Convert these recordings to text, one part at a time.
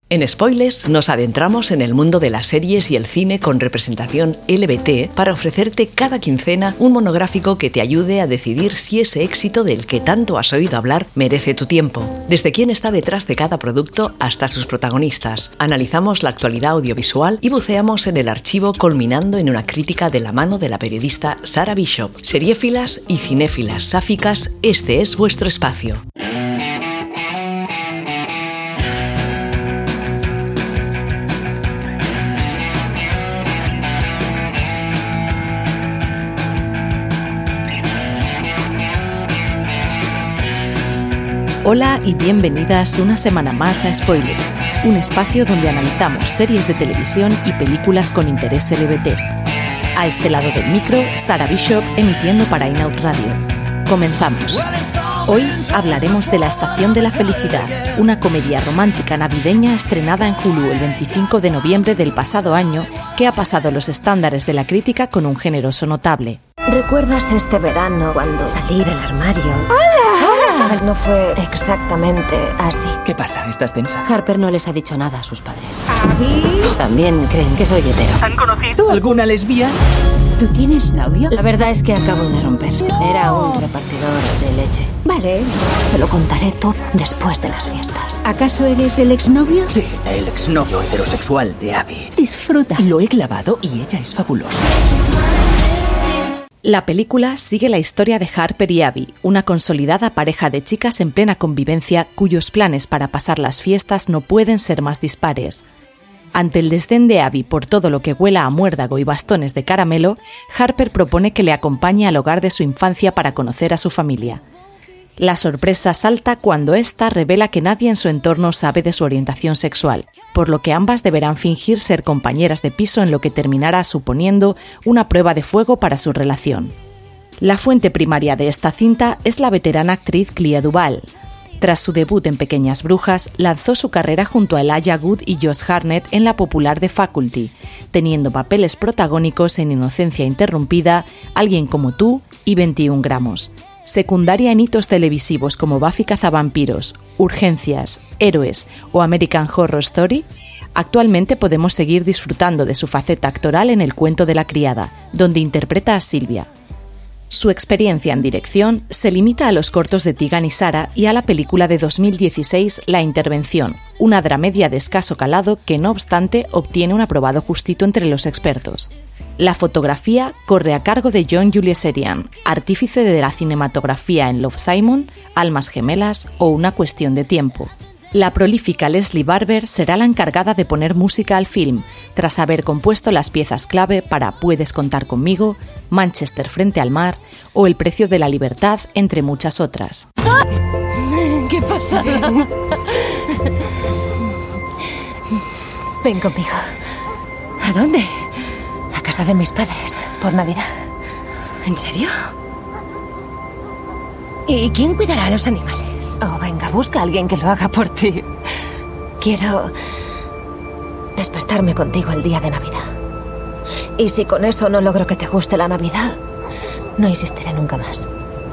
En Spoilers nos adentramos en el mundo de las series y el cine con representación LBT para ofrecerte cada quincena un monográfico que te ayude a decidir si ese éxito del que tanto has oído hablar merece tu tiempo. Desde quién está detrás de cada producto hasta sus protagonistas. Analizamos la actualidad audiovisual y buceamos en el archivo culminando en una crítica de la mano de la periodista Sarah Bishop. Seriéfilas y cinéfilas sáficas, este es vuestro espacio. Hola y bienvenidas una semana más a Spoilers, un espacio donde analizamos series de televisión y películas con interés LBT. A este lado del micro, Sarah Bishop emitiendo para In-Out Radio. Comenzamos. Hoy hablaremos de La Estación de la Felicidad, una comedia romántica navideña estrenada en Hulu el 25 de noviembre del pasado año que ha pasado los estándares de la crítica con un generoso notable. ¿Recuerdas este verano cuando salí del armario? ¡Hola! No fue exactamente así. ¿Qué pasa? ¿Estás tensa? Harper no les ha dicho nada a sus padres. ¿Abby? También creen que soy hetero. ¿Han conocido alguna lesbiana? ¿Tú tienes novio? La verdad es que acabo de romper. Era un repartidor de leche. Vale. Se lo contaré todo después de las fiestas. ¿Acaso eres el exnovio? Sí, el exnovio heterosexual de Abby. Disfruta. Lo he clavado y ella es fabulosa. La película sigue la historia de Harper y Abby, una consolidada pareja de chicas en plena convivencia cuyos planes para pasar las fiestas no pueden ser más dispares. Ante el desdén de Abby por todo lo que huela a muérdago y bastones de caramelo, Harper propone que le acompañe al hogar de su infancia para conocer a su familia. La sorpresa salta cuando ésta revela que nadie en su entorno sabe de su orientación sexual, por lo que ambas deberán fingir ser compañeras de piso en lo que terminará suponiendo una prueba de fuego para su relación. La fuente primaria de esta cinta es la veterana actriz Clea Duvall. Tras su debut en Pequeñas Brujas, lanzó su carrera junto a Elijah Wood y Josh Hartnett en la popular The Faculty, teniendo papeles protagónicos en Inocencia Interrumpida, Alguien como tú y 21 gramos. Secundaria en hitos televisivos como Buffy Cazavampiros, Urgencias, Héroes o American Horror Story, actualmente podemos seguir disfrutando de su faceta actoral en El cuento de la criada, donde interpreta a Silvia. Su experiencia en dirección se limita a los cortos de Tegan y Sara y a la película de 2016 La Intervención, una dramedia de escaso calado que no obstante obtiene un aprobado justito entre los expertos. La fotografía corre a cargo de John Julius Serian, artífice de la cinematografía en Love, Simon, Almas gemelas o Una cuestión de tiempo. La prolífica Leslie Barber será la encargada de poner música al film, tras haber compuesto las piezas clave para Puedes contar conmigo, Manchester frente al mar o El precio de la libertad, entre muchas otras. ¡Qué pasada! Ven conmigo. ¿A dónde? A casa de mis padres, por Navidad. ¿En serio? ¿Y quién cuidará a los animales? Oh, venga, busca a alguien que lo haga por ti. Quiero despertarme contigo el día de Navidad. Y si con eso no logro que te guste la Navidad, no insistiré nunca más.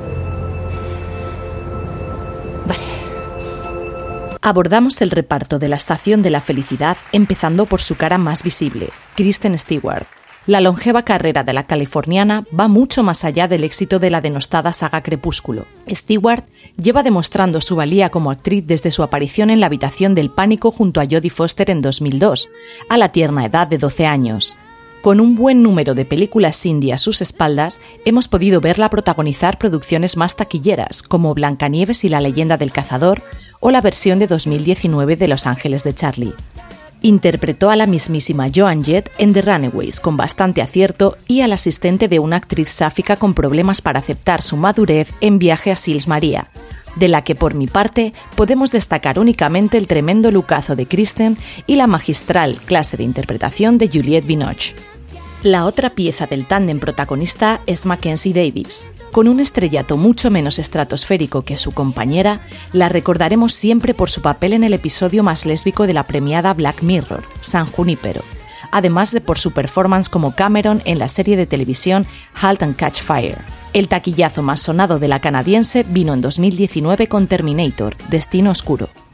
Vale. Abordamos el reparto de La Estación de la Felicidad empezando por su cara más visible, Kristen Stewart. La longeva carrera de la californiana va mucho más allá del éxito de la denostada saga Crepúsculo. Stewart lleva demostrando su valía como actriz desde su aparición en La habitación del pánico junto a Jodie Foster en 2002, a la tierna edad de 12 años. Con un buen número de películas indie a sus espaldas, hemos podido verla protagonizar producciones más taquilleras, como Blancanieves y la leyenda del cazador, o la versión de 2019 de Los Ángeles de Charlie. Interpretó a la mismísima Joan Jett en The Runaways con bastante acierto y al asistente de una actriz sáfica con problemas para aceptar su madurez en Viaje a Sils Maria, de la que por mi parte podemos destacar únicamente el tremendo lucazo de Kristen y la magistral clase de interpretación de Juliette Binoche. La otra pieza del tándem protagonista es Mackenzie Davis. Con un estrellato mucho menos estratosférico que su compañera, la recordaremos siempre por su papel en el episodio más lésbico de la premiada Black Mirror, San Junípero, además de por su performance como Cameron en la serie de televisión Halt and Catch Fire. El taquillazo más sonado de la canadiense vino en 2019 con Terminator, Destino Oscuro.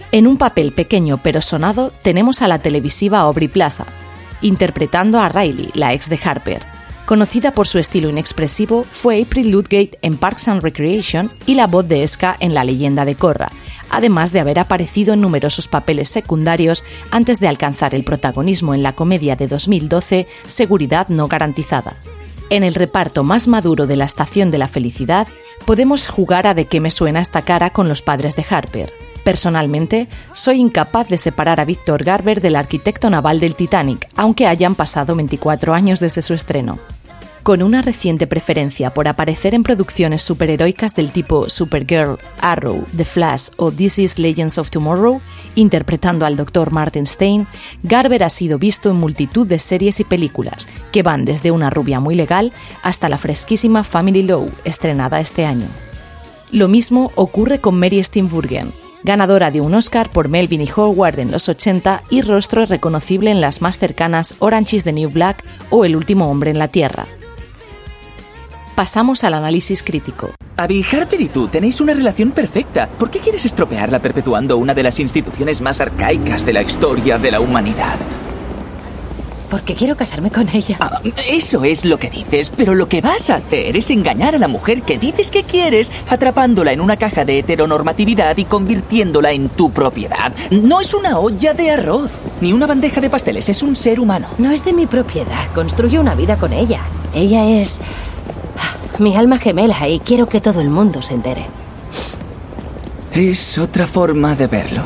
En un papel pequeño pero sonado tenemos a la televisiva Aubrey Plaza, interpretando a Riley, la ex de Harper. Conocida por su estilo inexpresivo, fue April Ludgate en Parks and Recreation y la voz de Eska en La leyenda de Korra, además de haber aparecido en numerosos papeles secundarios antes de alcanzar el protagonismo en la comedia de 2012 Seguridad no garantizada. En el reparto más maduro de La estación de la felicidad, podemos jugar a de qué me suena esta cara con los padres de Harper. Personalmente, soy incapaz de separar a Victor Garber del arquitecto naval del Titanic, aunque hayan pasado 24 años desde su estreno. Con una reciente preferencia por aparecer en producciones superheroicas del tipo Supergirl, Arrow, The Flash o This is Legends of Tomorrow, interpretando al Dr. Martin Stein, Garber ha sido visto en multitud de series y películas, que van desde Una rubia muy legal hasta la fresquísima Family Law, estrenada este año. Lo mismo ocurre con Mary Steenburgen, ganadora de un Oscar por Melvin y Howard en los 80 y rostro reconocible en las más cercanas Orange is the New Black o El último hombre en la Tierra. Pasamos al análisis crítico. Abby, Harper y tú tenéis una relación perfecta. ¿Por qué quieres estropearla perpetuando una de las instituciones más arcaicas de la historia de la humanidad? Porque quiero casarme con ella. Eso es lo que dices, pero lo que vas a hacer es engañar a la mujer que dices que quieres, atrapándola en una caja de heteronormatividad y convirtiéndola en tu propiedad. No es una olla de arroz, ni una bandeja de pasteles, es un ser humano. No es de mi propiedad, construyo una vida con ella. Ella es mi alma gemela y quiero que todo el mundo se entere. Es otra forma de verlo.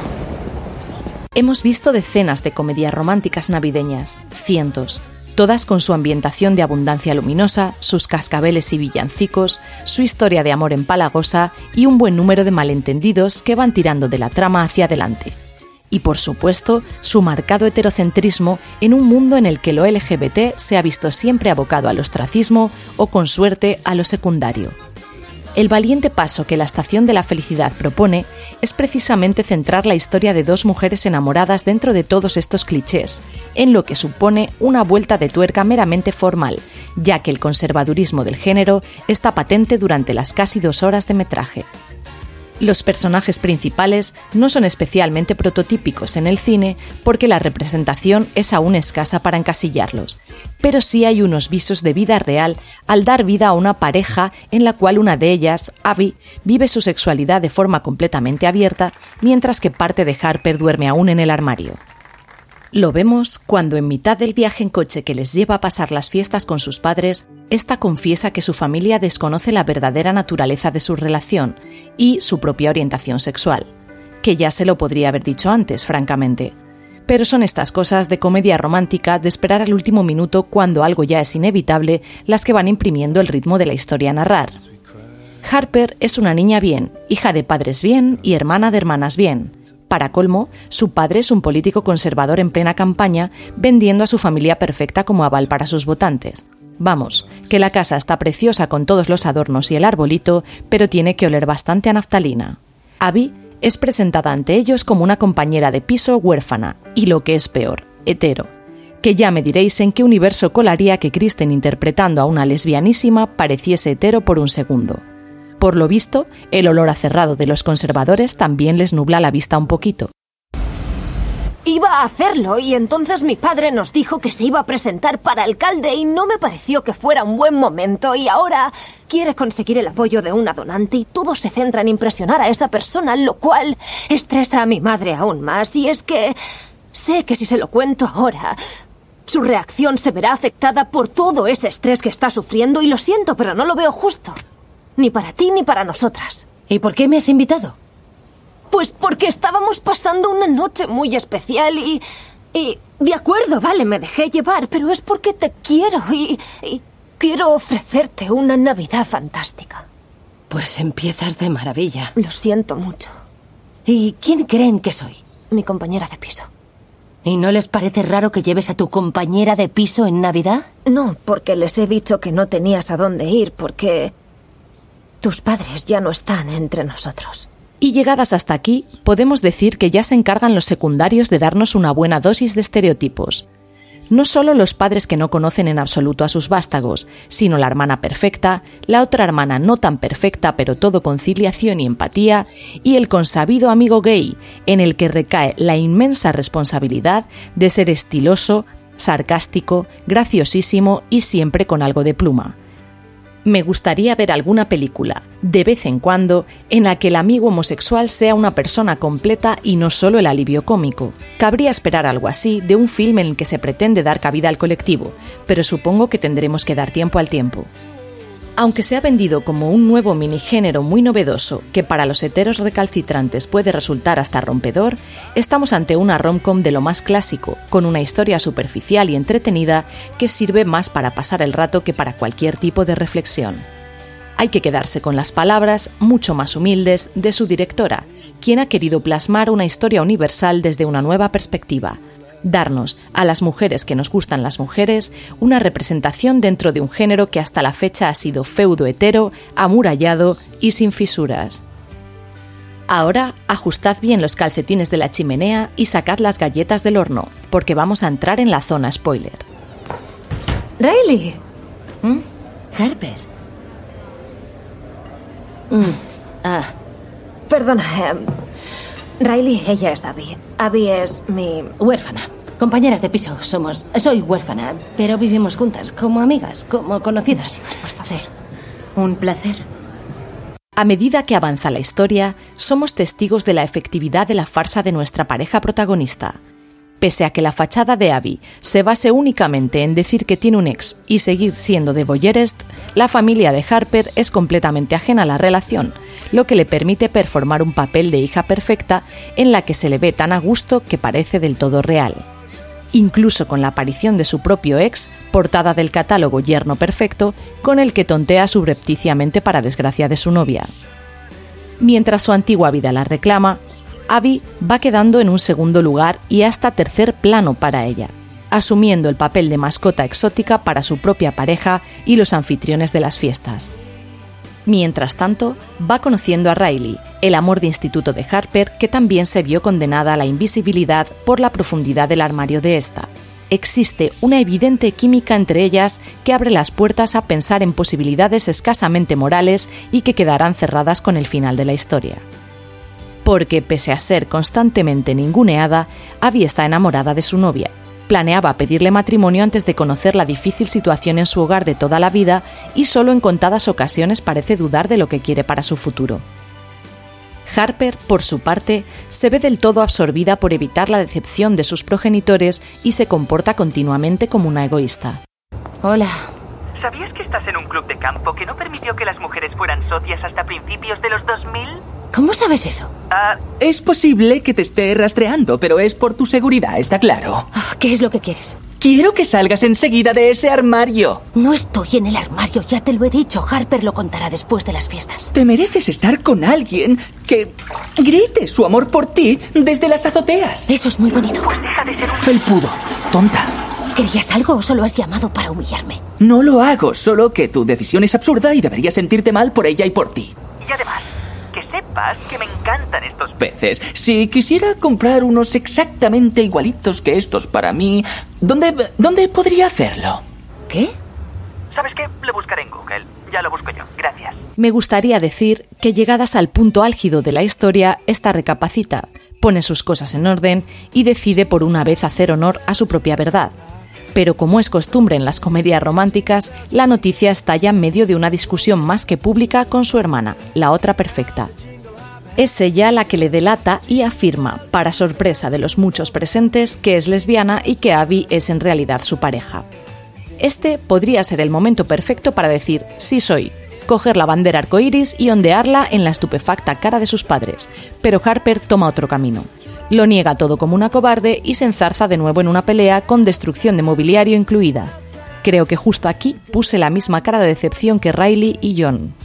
Hemos visto decenas de comedias románticas navideñas, cientos, todas con su ambientación de abundancia luminosa, sus cascabeles y villancicos, su historia de amor empalagosa y un buen número de malentendidos que van tirando de la trama hacia adelante. Y por supuesto, su marcado heterocentrismo en un mundo en el que lo LGBT se ha visto siempre abocado al ostracismo o, con suerte, a lo secundario. El valiente paso que La estación de la felicidad propone es precisamente centrar la historia de dos mujeres enamoradas dentro de todos estos clichés, en lo que supone una vuelta de tuerca meramente formal, ya que el conservadurismo del género está patente durante las casi 2 horas de metraje. Los personajes principales no son especialmente prototípicos en el cine porque la representación es aún escasa para encasillarlos, pero sí hay unos visos de vida real al dar vida a una pareja en la cual una de ellas, Abby, vive su sexualidad de forma completamente abierta, mientras que parte de Harper duerme aún en el armario. Lo vemos cuando, en mitad del viaje en coche que les lleva a pasar las fiestas con sus padres, esta confiesa que su familia desconoce la verdadera naturaleza de su relación y su propia orientación sexual, que ya se lo podría haber dicho antes, francamente. Pero son estas cosas de comedia romántica de esperar al último minuto cuando algo ya es inevitable las que van imprimiendo el ritmo de la historia a narrar. Harper es una niña bien, hija de padres bien y hermana de hermanas bien. Para colmo, su padre es un político conservador en plena campaña, vendiendo a su familia perfecta como aval para sus votantes. Vamos, que la casa está preciosa con todos los adornos y el arbolito, pero tiene que oler bastante a naftalina. Abby es presentada ante ellos como una compañera de piso huérfana, y lo que es peor, hetero. Que ya me diréis en qué universo colaría que Kristen interpretando a una lesbianísima pareciese hetero por un segundo. Por lo visto, el olor a cerrado de los conservadores también les nubla la vista un poquito. Iba a hacerlo y entonces mi padre nos dijo que se iba a presentar para alcalde y no me pareció que fuera un buen momento y ahora quiere conseguir el apoyo de una donante y todo se centra en impresionar a esa persona, lo cual estresa a mi madre aún más. Y es que sé que si se lo cuento ahora, su reacción se verá afectada por todo ese estrés que está sufriendo y lo siento, pero no lo veo justo. Ni para ti ni para nosotras. ¿Y por qué me has invitado? Pues porque estábamos pasando una noche muy especial y de acuerdo, vale, me dejé llevar, pero es porque te quiero y quiero ofrecerte una Navidad fantástica. Pues empiezas de maravilla. Lo siento mucho. ¿Y quién creen que soy? Mi compañera de piso. ¿Y no les parece raro que lleves a tu compañera de piso en Navidad? No, porque les he dicho que no tenías a dónde ir, porque tus padres ya no están entre nosotros. Y llegadas hasta aquí, podemos decir que ya se encargan los secundarios de darnos una buena dosis de estereotipos. No solo los padres que no conocen en absoluto a sus vástagos, sino la hermana perfecta, la otra hermana no tan perfecta pero todo conciliación y empatía, y el consabido amigo gay, en el que recae la inmensa responsabilidad de ser estiloso, sarcástico, graciosísimo y siempre con algo de pluma. Me gustaría ver alguna película, de vez en cuando, en la que el amigo homosexual sea una persona completa y no solo el alivio cómico. Cabría esperar algo así de un film en el que se pretende dar cabida al colectivo, pero supongo que tendremos que dar tiempo al tiempo. Aunque se ha vendido como un nuevo minigénero muy novedoso que para los heteros recalcitrantes puede resultar hasta rompedor, estamos ante una rom-com de lo más clásico, con una historia superficial y entretenida que sirve más para pasar el rato que para cualquier tipo de reflexión. Hay que quedarse con las palabras, mucho más humildes, de su directora, quien ha querido plasmar una historia universal desde una nueva perspectiva. Darnos, a las mujeres que nos gustan las mujeres, una representación dentro de un género que hasta la fecha ha sido feudo hetero, amurallado y sin fisuras. Ahora, ajustad bien los calcetines de la chimenea y sacad las galletas del horno, porque vamos a entrar en la zona spoiler. Riley. Harper. Perdona, Riley, ella es Abby. Abby es mi... Huérfana. Compañeras de piso somos. Soy huérfana, pero vivimos juntas, como amigas, como conocidas. Por favor. Sí. Un placer. A medida que avanza la historia, somos testigos de la efectividad de la farsa de nuestra pareja protagonista. Pese a que la fachada de Abby se base únicamente en decir que tiene un ex y seguir siendo de voyeurist, la familia de Harper es completamente ajena a la relación, lo que le permite performar un papel de hija perfecta en la que se le ve tan a gusto que parece del todo real. Incluso con la aparición de su propio ex, portada del catálogo Yerno Perfecto, con el que tontea subrepticiamente para desgracia de su novia. Mientras su antigua vida la reclama, Abby va quedando en un segundo lugar y hasta tercer plano para ella, asumiendo el papel de mascota exótica para su propia pareja y los anfitriones de las fiestas. Mientras tanto, va conociendo a Riley, el amor de instituto de Harper, que también se vio condenada a la invisibilidad por la profundidad del armario de esta. Existe una evidente química entre ellas que abre las puertas a pensar en posibilidades escasamente morales y que quedarán cerradas con el final de la historia. Porque, pese a ser constantemente ninguneada, Abby está enamorada de su novia. Planeaba pedirle matrimonio antes de conocer la difícil situación en su hogar de toda la vida y solo en contadas ocasiones parece dudar de lo que quiere para su futuro. Harper, por su parte, se ve del todo absorbida por evitar la decepción de sus progenitores y se comporta continuamente como una egoísta. Hola. ¿Sabías que estás en un club de campo que no permitió que las mujeres fueran socias hasta principios de los 2000? ¿Cómo sabes eso? Es posible que te esté rastreando, pero es por tu seguridad, está claro. ¿Qué es lo que quieres? Quiero que salgas enseguida de ese armario. No estoy en el armario, ya te lo he dicho. Harper lo contará después de las fiestas. Te mereces estar con alguien que grite su amor por ti desde las azoteas. Eso es muy bonito. Pues deja de ser un... Felpudo, tonta. ¿Querías algo o solo has llamado para humillarme? No lo hago, solo que tu decisión es absurda y deberías sentirte mal por ella y por ti. Y además, que sepas que me encantan estos Peces. Si quisiera comprar unos exactamente igualitos que estos para mí, ¿dónde podría hacerlo? ¿Qué? ¿Sabes qué? Lo buscaré en Google. Ya lo busco yo. Gracias. Me gustaría decir que llegadas al punto álgido de la historia, esta recapacita, pone sus cosas en orden y decide por una vez hacer honor a su propia verdad. Pero como es costumbre en las comedias románticas, la noticia estalla en medio de una discusión más que pública con su hermana, la otra perfecta. Es ella la que le delata y afirma, para sorpresa de los muchos presentes, que es lesbiana y que Abby es en realidad su pareja. Este podría ser el momento perfecto para decir «sí soy», coger la bandera arcoíris y ondearla en la estupefacta cara de sus padres, pero Harper toma otro camino. Lo niega todo como una cobarde y se enzarza de nuevo en una pelea con destrucción de mobiliario incluida. Creo que justo aquí puse la misma cara de decepción que Riley y John.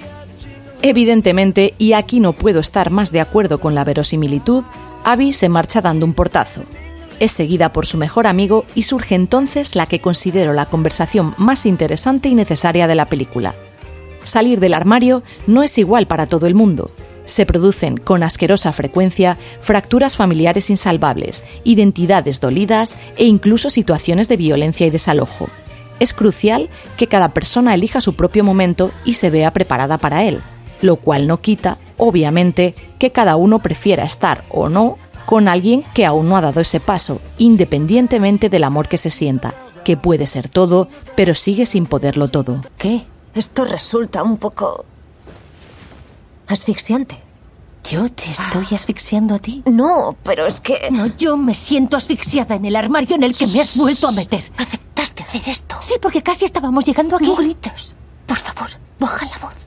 Evidentemente, y aquí no puedo estar más de acuerdo con la verosimilitud, Abby se marcha dando un portazo. Es seguida por su mejor amigo y surge entonces la que considero la conversación más interesante y necesaria de la película. Salir del armario no es igual para todo el mundo. Se producen con asquerosa frecuencia fracturas familiares insalvables, identidades dolidas e incluso situaciones de violencia y desalojo. Es crucial que cada persona elija su propio momento y se vea preparada para él, lo cual no quita, obviamente, que cada uno prefiera estar o no con alguien que aún no ha dado ese paso, independientemente del amor que se sienta, que puede ser todo, pero sigue sin poderlo todo. ¿Qué? Esto resulta un poco asfixiante. ¿Yo te estoy asfixiando a ti? No, pero es que... No, yo me siento asfixiada en el armario en el que me has vuelto a meter. ¿Aceptaste hacer esto? Sí, porque casi estábamos llegando aquí. No grites. Por favor, baja la voz.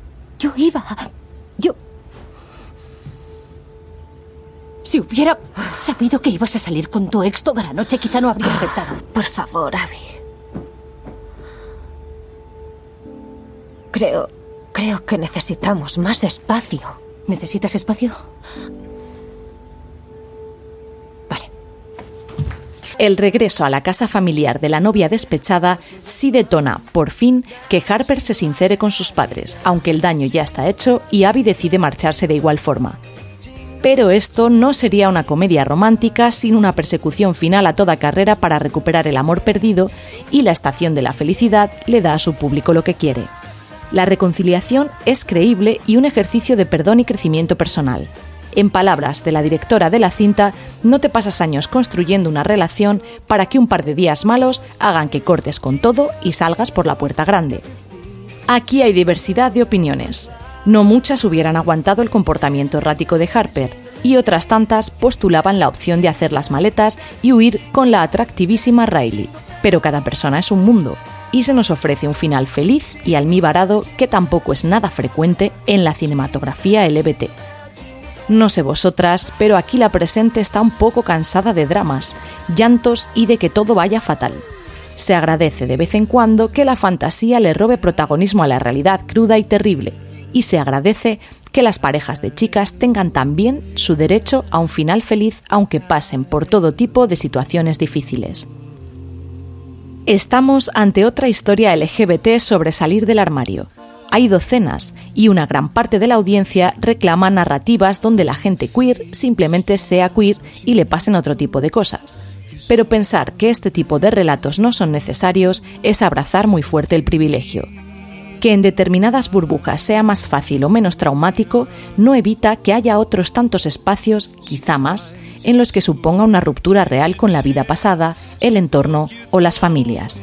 Si hubiera sabido que ibas a salir con tu ex toda la noche, quizá no habría aceptado. Por favor, Abby. Creo que necesitamos más espacio. ¿Necesitas espacio? Vale. El regreso a la casa familiar de la novia despechada sí detona, por fin, que Harper se sincere con sus padres, aunque el daño ya está hecho y Abby decide marcharse de igual forma. Pero esto no sería una comedia romántica sin una persecución final a toda carrera para recuperar el amor perdido, y la estación de la felicidad le da a su público lo que quiere. La reconciliación es creíble y un ejercicio de perdón y crecimiento personal. En palabras de la directora de la cinta, no te pasas años construyendo una relación para que un par de días malos hagan que cortes con todo y salgas por la puerta grande. Aquí hay diversidad de opiniones. No muchas hubieran aguantado el comportamiento errático de Harper, y otras tantas postulaban la opción de hacer las maletas y huir con la atractivísima Riley. Pero cada persona es un mundo, y se nos ofrece un final feliz y almibarado que tampoco es nada frecuente en la cinematografía LGBT. No sé vosotras, pero aquí la presente está un poco cansada de dramas, llantos y de que todo vaya fatal. Se agradece de vez en cuando que la fantasía le robe protagonismo a la realidad cruda y terrible, y se agradece que las parejas de chicas tengan también su derecho a un final feliz aunque pasen por todo tipo de situaciones difíciles. Estamos ante otra historia LGBT sobre salir del armario. Hay docenas, y una gran parte de la audiencia reclama narrativas donde la gente queer simplemente sea queer y le pasen otro tipo de cosas. Pero pensar que este tipo de relatos no son necesarios es abrazar muy fuerte el privilegio. Que en determinadas burbujas sea más fácil o menos traumático no evita que haya otros tantos espacios, quizá más, en los que suponga una ruptura real con la vida pasada, el entorno o las familias.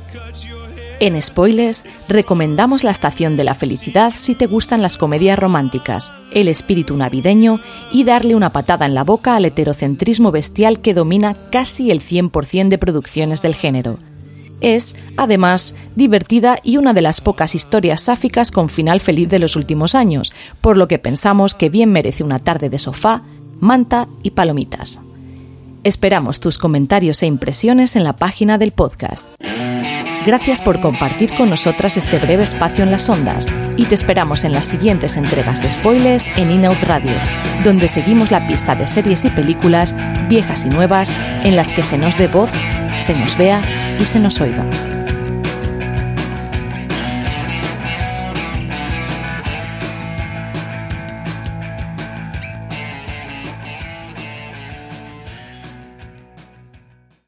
En Spoilers, recomendamos La estación de la felicidad si te gustan las comedias románticas, el espíritu navideño y darle una patada en la boca al heterocentrismo bestial que domina casi el 100% de producciones del género. Es, además, divertida y una de las pocas historias sáficas con final feliz de los últimos años, por lo que pensamos que bien merece una tarde de sofá, manta y palomitas. Esperamos tus comentarios e impresiones en la página del podcast. Gracias por compartir con nosotras este breve espacio en las ondas y te esperamos en las siguientes entregas de Spoilers en In-Out Radio, donde seguimos la pista de series y películas viejas y nuevas en las que se nos dé voz, se nos vea y se nos oiga.